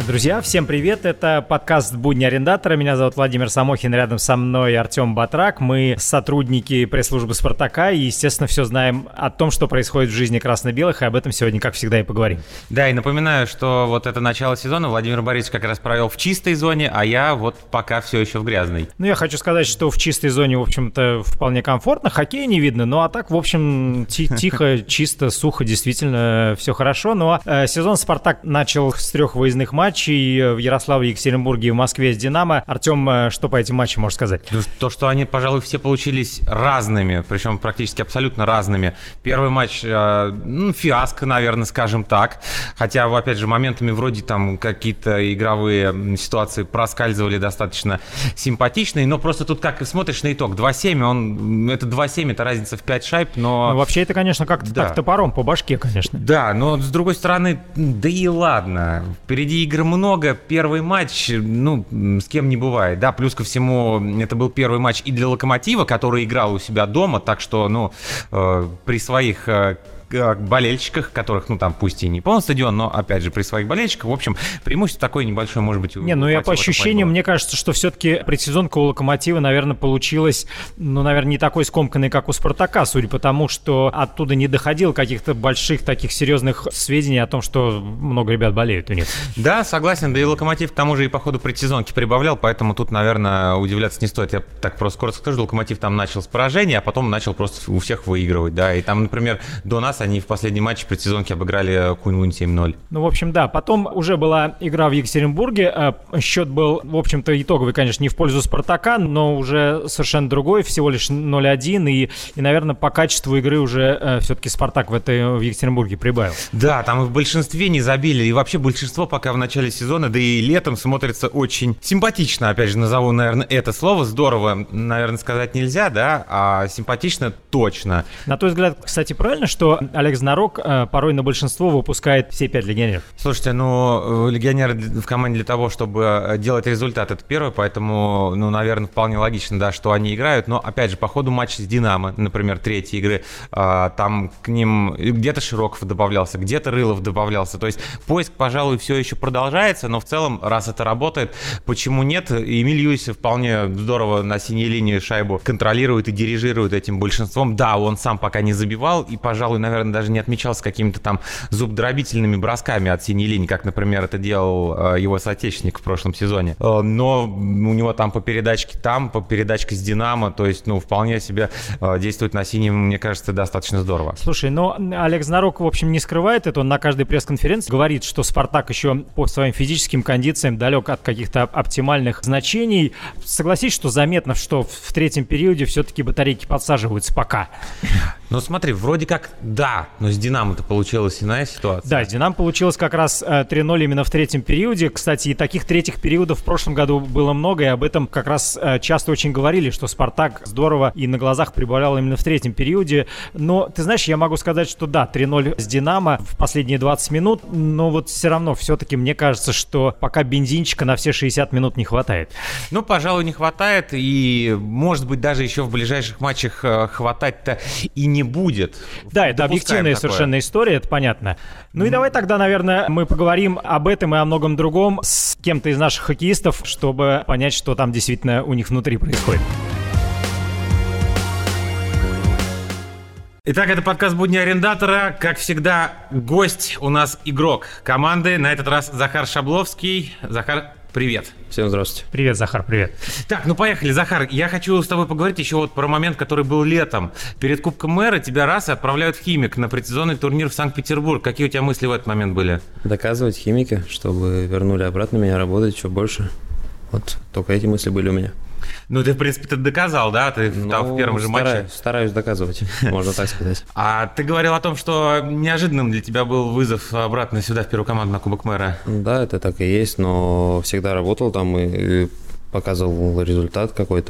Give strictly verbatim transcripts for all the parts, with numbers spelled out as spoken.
Друзья, всем привет, это подкаст «Будни арендатора», меня зовут Владимир Самохин, рядом со мной Артем Батрак, мы сотрудники пресс-службы «Спартака» и, естественно, все знаем о том, что происходит в жизни красно-белых, и об этом сегодня, как всегда, и поговорим. Да, и напоминаю, что вот это начало сезона Владимир Борисович как раз провел в чистой зоне, а я вот пока все еще в грязной. Ну, я хочу сказать, что в чистой зоне, в общем-то, вполне комфортно, хоккея не видно, ну, а так, в общем, тихо, чисто, сухо, действительно, все хорошо, но сезон «Спартак» начал с трех выездных матчей, матчей в Ярославле, Екатеринбурге и в Москве с «Динамо». Артем, что по этим матчам можешь сказать? То, что они, пожалуй, все получились разными, причем практически абсолютно разными. Первый матч, ну, фиаско, наверное, скажем так. Хотя, опять же, моментами вроде там какие-то игровые ситуации проскальзывали достаточно симпатичные, но просто тут как смотришь на итог. два семь, он, это два семь, это разница в пять шайб, но... Ну, вообще это, конечно, как-то да. так топором по башке, конечно. Да, но с другой стороны, да и ладно. Впереди игр много, первый матч, ну, с кем не бывает, да, плюс ко всему, это был первый матч и для «Локомотива», который играл у себя дома, так что, ну, э, при своих... Э, болельщиках, которых, ну, там, пусть и не полный стадион, но, опять же, при своих болельщиках, в общем, преимущество такое небольшое, может быть, у Не, ну, я по ощущениям, мне кажется, что все-таки предсезонка у «Локомотива», наверное, получилась, ну, наверное, не такой скомканной, как у «Спартака», судя по тому, что оттуда не доходило каких-то больших таких серьезных сведений о том, что много ребят болеют у них. Да, согласен, да и «Локомотив» к тому же и по ходу предсезонки прибавлял, поэтому тут, наверное, удивляться не стоит. Я так просто коротко скажу, «Локомотив» там начал с поражения, а потом начал просто у всех выигрывать, да, и там, например, до нас они в последнем матче предсезонки обыграли Куньлунь семь ноль. Ну, в общем, да. Потом уже была игра в Екатеринбурге. Счет был, в общем-то, итоговый, конечно, не в пользу «Спартака», но уже совершенно другой, всего лишь ноль один. И, и наверное, по качеству игры уже э, все-таки «Спартак» в, этой, в Екатеринбурге прибавил. Да, там и в большинстве не забили. И вообще большинство пока в начале сезона, да и летом смотрится очень симпатично. Опять же, назову, наверное, это слово. Здорово, наверное, сказать нельзя, да, а симпатично точно. На твой взгляд, кстати, правильно, что Олег Знарок порой на большинство выпускает все пять легионеров? Слушайте, ну, легионеры в команде для того, чтобы делать результат, это первое, поэтому, ну, наверное, вполне логично, да, что они играют, но, опять же, по ходу матча с «Динамо», например, третьей игры, там к ним где-то Широков добавлялся, где-то Рылов добавлялся, то есть поиск, пожалуй, все еще продолжается, но в целом, раз это работает, почему нет? Эмиль Юйсов вполне здорово на синей линии шайбу контролирует и дирижирует этим большинством, да, он сам пока не забивал и, пожалуй, наверное, даже не отмечался какими-то там зубодробительными бросками от синей линии, как, например, это делал э, его соотечественник в прошлом сезоне. Э, но у него там по передачке там, по передачке с «Динамо», то есть, ну, вполне себе э, действует на синем, мне кажется, достаточно здорово. Слушай, но Олег Знарок, в общем, не скрывает это, он на каждой пресс-конференции говорит, что «Спартак» еще по своим физическим кондициям далек от каких-то оптимальных значений. Согласись, что заметно, что в третьем периоде все-таки батарейки подсаживаются пока. Ну, смотри, вроде как да, но с «Динамо»-то получилась иная ситуация. Да, с «Динамо» получилось как раз э, три ноль именно в третьем периоде. Кстати, и таких третьих периодов в прошлом году было много, и об этом как раз э, часто очень говорили, что «Спартак» здорово и на глазах прибавлял именно в третьем периоде. Но, ты знаешь, я могу сказать, что да, три ноль с «Динамо» в последние двадцать минут, но вот все равно все-таки мне кажется, что пока бензинчика на все шестьдесят минут не хватает. Ну, пожалуй, не хватает, и, может быть, даже еще в ближайших матчах э, хватать-то и не будет. Да, это объективная совершенно история, это понятно. Ну и давай тогда, наверное, мы поговорим об этом и о многом другом с кем-то из наших хоккеистов, чтобы понять, что там действительно у них внутри происходит. Итак, это подкаст «Будни арендатора». Как всегда, гость у нас игрок команды. На этот раз Захар Шабловский. Захар, привет. Всем здравствуйте. Привет, Захар, привет. Так, ну поехали, Захар. Я хочу с тобой поговорить еще вот про момент, который был летом. Перед Кубком Мэра тебя раз и отправляют в «Химик» на предсезонный турнир в Санкт-Петербург. Какие у тебя мысли в этот момент были? Доказывать «Химике», чтобы вернули обратно меня работать еще больше. Вот только эти мысли были у меня. Ну, ты, в принципе, ты доказал, да? Ты ну, там в первом же стараюсь, матче. Стараюсь доказывать, можно так сказать. А ты говорил о том, что неожиданным для тебя был вызов обратно сюда, в первую команду на Кубок Мэра. Да, это так и есть, но всегда работал там и показывал результат какой-то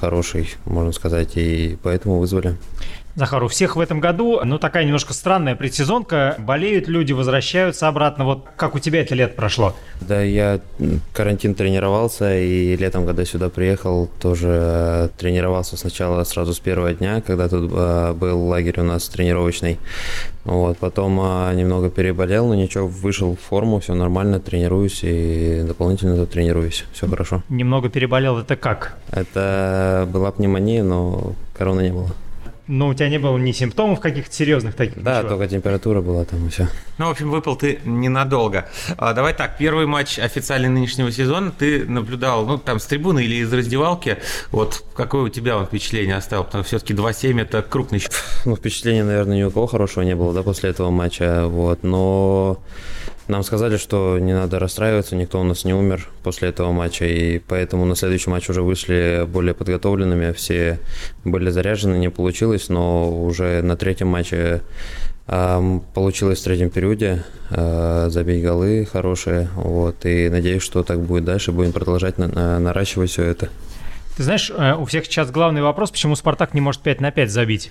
хороший, можно сказать, и поэтому вызвали. Захар, у всех в этом году, ну, такая немножко странная предсезонка. Болеют люди, возвращаются обратно. Вот как у тебя это лето прошло? Да, я карантин тренировался, и летом, когда сюда приехал, тоже тренировался сначала сразу с первого дня, когда тут был лагерь у нас тренировочный. Вот, потом немного переболел, но ничего, вышел в форму, все нормально, тренируюсь и дополнительно тут тренируюсь. Все хорошо. Немного переболел, это как? Это была пневмония, но короны не было. Ну, у тебя не было ни симптомов каких-то серьезных таких? Да, ничего. Только температура была там и все. Ну, в общем, выпал ты ненадолго. А, давай так, первый матч официальный нынешнего сезона ты наблюдал, ну, там, с трибуны или из раздевалки. Вот какое у тебя он впечатление оставил? Потому что все-таки два семь это крупный счет. Ну, впечатления, наверное, ни у кого хорошего не было, да, после этого матча, вот, но нам сказали, что не надо расстраиваться, никто у нас не умер после этого матча, и поэтому на следующий матч уже вышли более подготовленными, все были заряжены, не получилось, но уже на третьем матче э, получилось в третьем периоде э, забить голы хорошие, вот, и надеюсь, что так будет дальше, будем продолжать на, на, наращивать все это. Ты знаешь, у всех сейчас главный вопрос, почему «Спартак» не может пять на пять забить?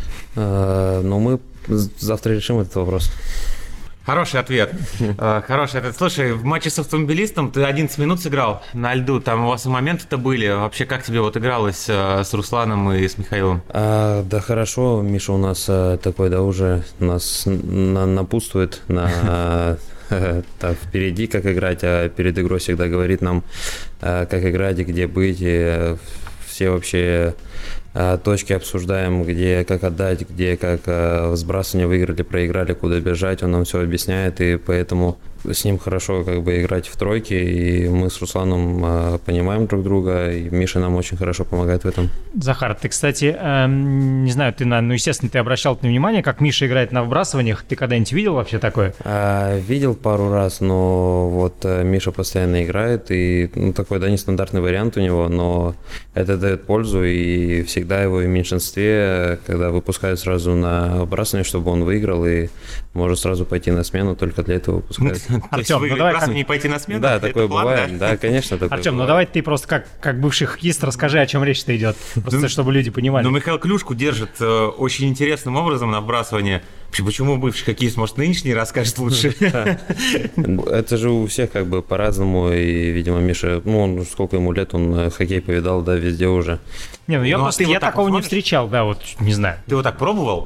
Э, ну, мы завтра решим этот вопрос. Хороший ответ. Хороший ответ. Слушай, в матче с «Автомобилистом» ты одиннадцать минут сыграл на льду. Там у вас и моменты-то были. Вообще, как тебе вот игралось с Русланом и с Михаилом? А, да хорошо. Миша у нас такой, да, уже нас на, напутствует на... Так, впереди, как играть, а перед игрой всегда говорит нам, как играть и где быть. И все вообще точки обсуждаем, где как отдать, где как в сбрасывание выиграли, проиграли, куда бежать. Он нам все объясняет, и поэтому с ним хорошо как бы играть в тройке, и мы с Русланом понимаем друг друга, и Миша нам очень хорошо помогает в этом. Захар, ты, кстати, э, не знаю, ты, ну, естественно, ты обращал на внимание, как Миша играет на вбрасываниях. Ты когда-нибудь видел вообще такое? А, видел пару раз, но вот Миша постоянно играет, и ну, такой, да, нестандартный вариант у него, но это дает пользу, и всегда его в меньшинстве, когда выпускают сразу на вбрасывание, чтобы он выиграл, и может сразу пойти на смену, только для этого выпускают. Артем, ну давай как... не пойти на смену? Да, такое план, бывает, да? Да, конечно, такое Артем, бывает. Ну давай ты просто как, как бывший хоккеист расскажи, о чем речь-то идет, просто чтобы люди понимали. Ну, Михаил Клюшку держит э, очень интересным образом на вбрасывание. Почему бывший хоккеист, может, нынешний расскажет лучше? Это же у всех как бы по-разному, и, видимо, Миша, ну, он сколько ему лет, он хоккей повидал, да, везде уже. Не, ну я ну, просто, а я такого не встречал, да, вот, не знаю. Ты вот так пробовал?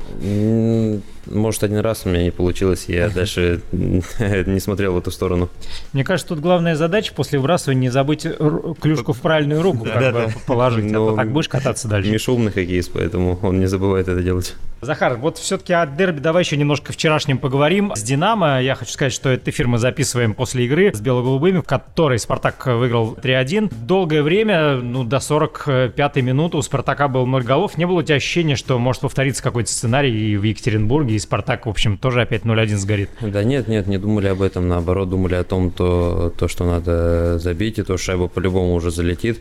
Может, один раз у меня не получилось, я дальше не смотрел в эту сторону. Мне кажется, тут главная задача после выбрасывания не забыть клюшку в правильную руку как бы положить, а то так будешь кататься дальше. Миша умный хоккеист, поэтому он не забывает это делать. Захар, вот все-таки о дерби давай еще немножко вчерашнем поговорим. С «Динамо» я хочу сказать, что этот эфир мы записываем после игры с бело-голубыми, в которой «Спартак» выиграл три один. Долгое время, ну, до сорок пятой минуты у «Спартака» было ноль голов. Не было у тебя ощущения, что может повториться какой-то сценарий и в Екатеринбурге, и «Спартак», в общем, тоже опять ноль один сгорит? Да нет, нет, не думали об этом. Наоборот, думали о том, то, то что надо забить, и то шайба по-любому уже залетит.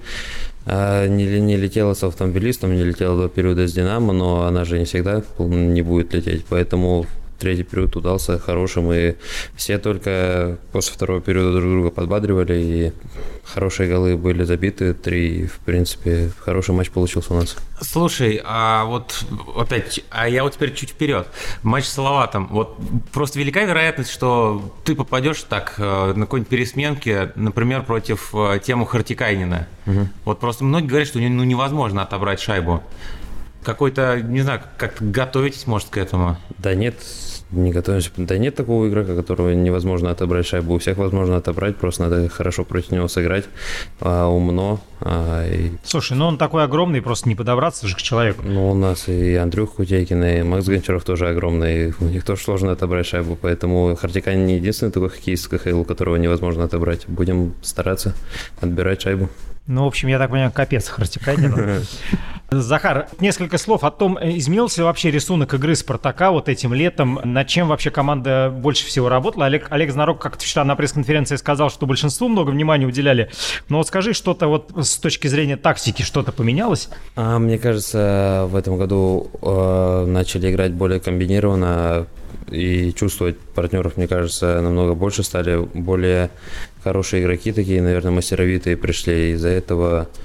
Не, не летела с «Автомобилистом», не летела до периода с «Динамо», но она же не всегда не будет лететь, поэтому третий период удался хорошим, и все только после второго периода друг друга подбадривали, и хорошие голы были забиты, три, и, в принципе, хороший матч получился у нас. Слушай, а вот опять, а я вот теперь чуть вперед. Матч с Салаватом, вот просто велика вероятность, что ты попадешь так на какой-нибудь пересменке, например, против Тему Хартикайнена. Угу. Вот просто многие говорят, что ну, невозможно отобрать шайбу. Какой-то, не знаю, как-то готовитесь, может, к этому? Да нет, не готовимся. Да нет такого игрока, которого невозможно отобрать шайбу. У всех возможно отобрать, просто надо хорошо против него сыграть, а, умно. А, и... Слушай, ну он такой огромный, просто не подобраться же к человеку. Ну, у нас и Андрюх Кутейкин, и Макс Гончаров тоже огромный. У них тоже сложно отобрать шайбу, поэтому Хартикайн не единственный такой хоккеист в ка ха эл, которого невозможно отобрать. Будем стараться отбирать шайбу. Ну, в общем, я так понимаю, капец Хартикайнину. Захар, несколько слов о том, изменился ли вообще рисунок игры «Спартака» вот этим летом, над чем вообще команда больше всего работала. Олег, Олег Знарок как-то вчера на пресс-конференции сказал, что большинству много внимания уделяли. Но вот скажи, что-то вот с точки зрения тактики, что-то поменялось? А, мне кажется, в этом году э, начали играть более комбинированно, и чувствовать партнеров, мне кажется, намного больше стали. Более хорошие игроки такие, наверное, мастеровитые пришли. Из-за этого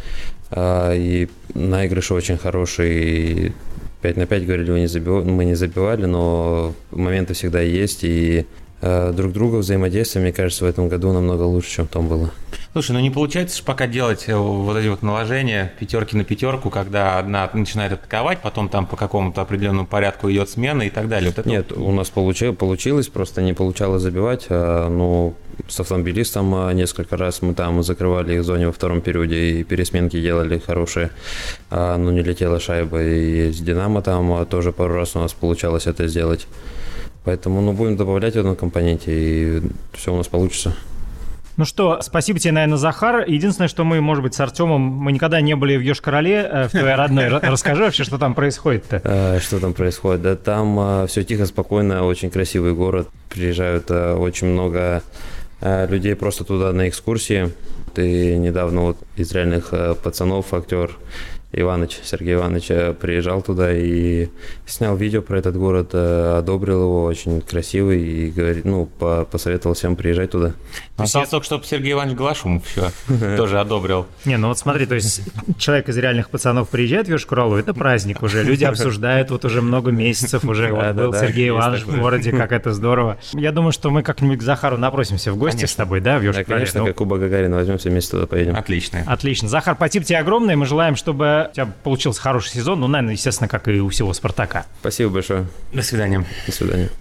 И наигрыш очень хороший. пять на пять, говорили, мы не забивали, мы не забивали, но моменты всегда есть. И друг друга взаимодействие, мне кажется, в этом году намного лучше, чем там было. Слушай, ну не получается же пока делать вот эти вот наложения пятерки на пятерку, когда одна начинает атаковать, потом там по какому-то определенному порядку идет смена и так далее. Вот это Нет, вот... у нас получилось, получилось, просто не получалось забивать. Ну, с автомобилистом несколько раз мы там закрывали их в зоне во втором периоде и пересменки делали хорошие, но не летела шайба. И с Динамо там тоже пару раз у нас получалось это сделать. Поэтому, ну, будем добавлять в этом компоненте, и все у нас получится. Ну что, спасибо тебе, наверное, Захар. Единственное, что мы, может быть, с Артемом, мы никогда не были в Йошкар-Оле, в твоей родной. Расскажи вообще, что там происходит-то. Что там происходит? Да там все тихо, спокойно, очень красивый город. Приезжают очень много людей просто туда на экскурсии. И недавно вот из реальных пацанов актер Иваныч, Сергей Иванович приезжал туда и снял видео про этот город, одобрил его, очень красивый, и говорит, ну, посоветовал всем приезжать туда. Осталось только, чтобы Сергей Иванович Глашумов еще тоже одобрил. Не, ну вот смотри, то есть человек из реальных пацанов приезжает в Йошкар-Олу, это праздник уже, люди обсуждают вот уже много месяцев уже, вот был Сергей Иванович в городе, как это здорово. Я думаю, что мы как-нибудь к Захару напросимся в гости с тобой, да, в Йошкар-Оле? Да, конечно, как Куба Гагарина, возьмемся вместе туда, поедем. Отлично. Отлично. Захар, спасибо тебе огромное, мы желаем, чтобы у тебя получился хороший сезон, ну, наверное, естественно, как и у всего «Спартака». Спасибо большое. До свидания. До свидания.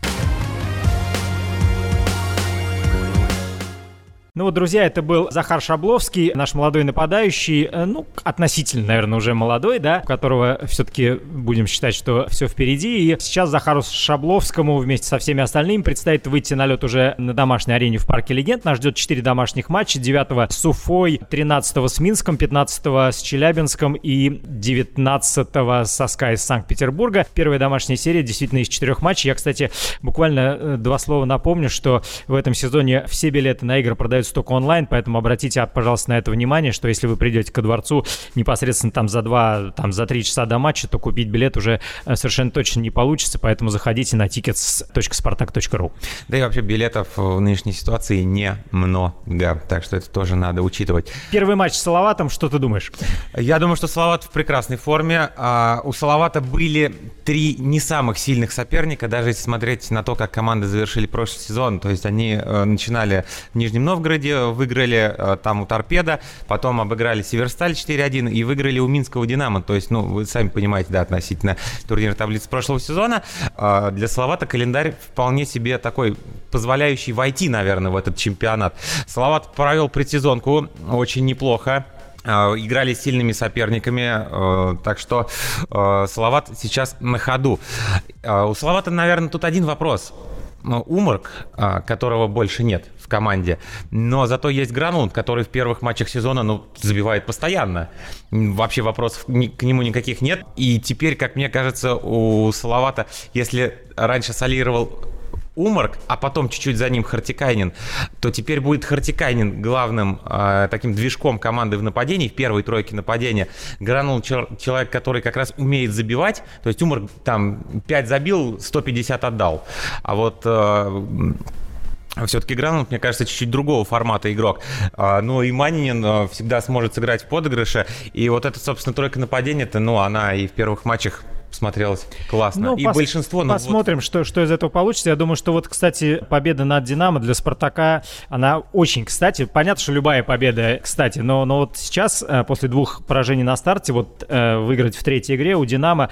Ну вот, друзья, это был Захар Шабловский, наш молодой нападающий, ну, относительно, наверное, уже молодой, да, у которого все-таки будем считать, что все впереди. И сейчас Захару Шабловскому вместе со всеми остальными предстоит выйти на лед уже на домашней арене в Парке Легенд. Нас ждет четыре домашних матча: девятого с Уфой, тринадцатого с Минском, пятнадцатого с Челябинском и девятнадцатого со СКА из Санкт-Петербурга. Первая домашняя серия действительно из четырех матчей. Я, кстати, буквально два слова напомню, что в этом сезоне все билеты на игры продаются только онлайн, поэтому обратите, пожалуйста, на это внимание, что если вы придете ко дворцу непосредственно там за два, там за три часа до матча, то купить билет уже совершенно точно не получится, поэтому заходите на тикетс точка спартак точка ру. Да и вообще билетов в нынешней ситуации немного, так что это тоже надо учитывать. Первый матч с Салаватом, что ты думаешь? Я думаю, что Салават в прекрасной форме. У Салавата были три не самых сильных соперника, даже если смотреть на то, как команды завершили прошлый сезон, то есть они начинали в Нижнем Новгороде, выиграли там у Торпеда, потом обыграли Северсталь четыре один и выиграли у Минского Динамо. То есть, ну, вы сами понимаете, да, относительно турнирной таблицы прошлого сезона. Для Салавата календарь вполне себе такой, позволяющий войти, наверное, в этот чемпионат. Салават провел предсезонку очень неплохо. Играли с сильными соперниками, так что Салават сейчас на ходу. У Салавата, наверное, тут один вопрос. Умарк, которого больше нет в команде, но зато есть Гранлунд, который в первых матчах сезона, ну, забивает постоянно. Вообще вопросов к нему никаких нет. И теперь, как мне кажется, у Салавата, если раньше солировал Умарк, а потом чуть-чуть за ним Хартикайнин, то теперь будет Хартикайнин главным э, таким движком команды в нападении, в первой тройке нападения. Гранул человек, который как раз умеет забивать, то есть Умарк там пять забил, сто пятьдесят отдал. А вот... Э, все-таки Гранул, мне кажется, чуть-чуть другого формата игрок. Ну и Манинин всегда сможет сыграть в подыгрыше. И вот эта, собственно, тройка нападения-то, ну, она и в первых матчах смотрелось классно. Ну, и пос- большинство... Ну, посмотрим, вот... что, что из этого получится. Я думаю, что вот, кстати, победа над «Динамо» для «Спартака», она очень кстати. Понятно, что любая победа, кстати, но, но вот сейчас, после двух поражений на старте, вот выиграть в третьей игре у «Динамо»,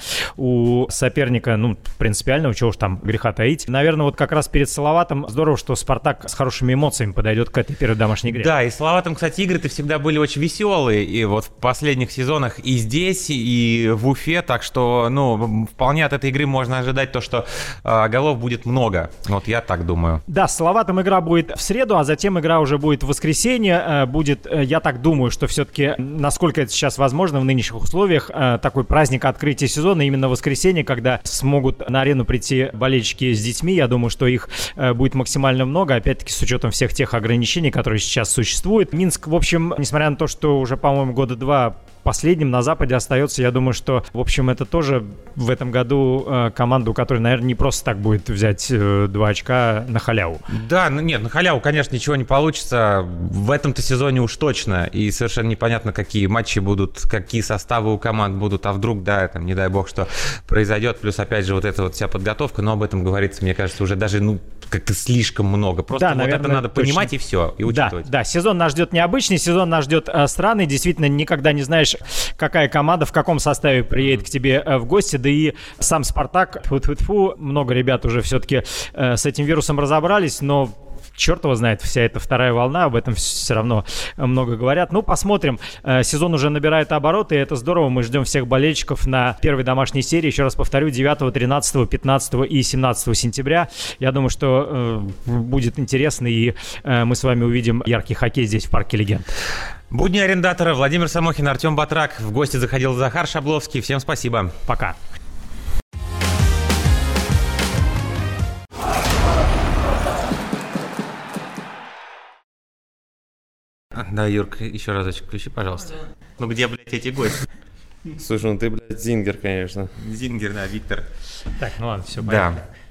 у соперника, ну, принципиального, чего уж там греха таить. Наверное, вот как раз перед Салаватом здорово, что «Спартак» с хорошими эмоциями подойдет к этой первой домашней игре. Да, и с Салаватом, кстати, игры-то всегда были очень веселые. И вот в последних сезонах и здесь, и в Уфе, так что, ну, вполне от этой игры можно ожидать то, что э, голов будет много. Вот я так думаю. Да, с Салаватом игра будет в среду, а затем игра уже будет в воскресенье. Э, будет, э, я так думаю, что все-таки, насколько это сейчас возможно в нынешних условиях, э, такой праздник открытия сезона именно в воскресенье, когда смогут на арену прийти болельщики с детьми. Я думаю, что их э, будет максимально много, опять-таки с учетом всех тех ограничений, которые сейчас существуют. Минск, в общем, несмотря на то, что уже, по-моему, года два последним на Западе остается. Я думаю, что, в общем, это тоже в этом году э, команда, у которой, наверное, не просто так будет взять э, два очка на халяву. Да, ну нет, на халяву, конечно, ничего не получится. В этом-то сезоне уж точно. И совершенно непонятно, какие матчи будут, какие составы у команд будут, а вдруг, да, там, не дай бог, что произойдет. Плюс, опять же, вот эта вот вся подготовка, но об этом говорится, мне кажется, уже даже, ну, как-то слишком много. Просто да, вот наверное, это надо точно. понимать и все, и учитывать. Да, да, сезон нас ждет необычный, сезон нас ждет э, странный. Действительно, никогда не знаешь, какая команда в каком составе приедет к тебе э, в гости. Да и сам «Спартак», тьфу-тьфу-тьфу, много ребят уже все-таки э, с этим вирусом разобрались, но черт его знает, вся эта вторая волна, об этом все равно много говорят. Ну, посмотрим. Сезон уже набирает обороты, и это здорово. Мы ждем всех болельщиков на первой домашней серии. Еще раз повторю, девятого, тринадцатого, пятнадцатого и семнадцатого сентября. Я думаю, что э, будет интересно, и э, мы с вами увидим яркий хоккей здесь, в Парке Легенд. Будни арендатора. Владимир Самохин, Артем Батрак. В гости заходил Захар Шабловский. Всем спасибо. Пока. Да, Юрк, еще разочек включи, пожалуйста. Ну где, блядь, эти гости? Слушай, ну ты, блядь, Зингер, конечно. Зингер, да, Виктор. Так, ну ладно, все, понятно. Да.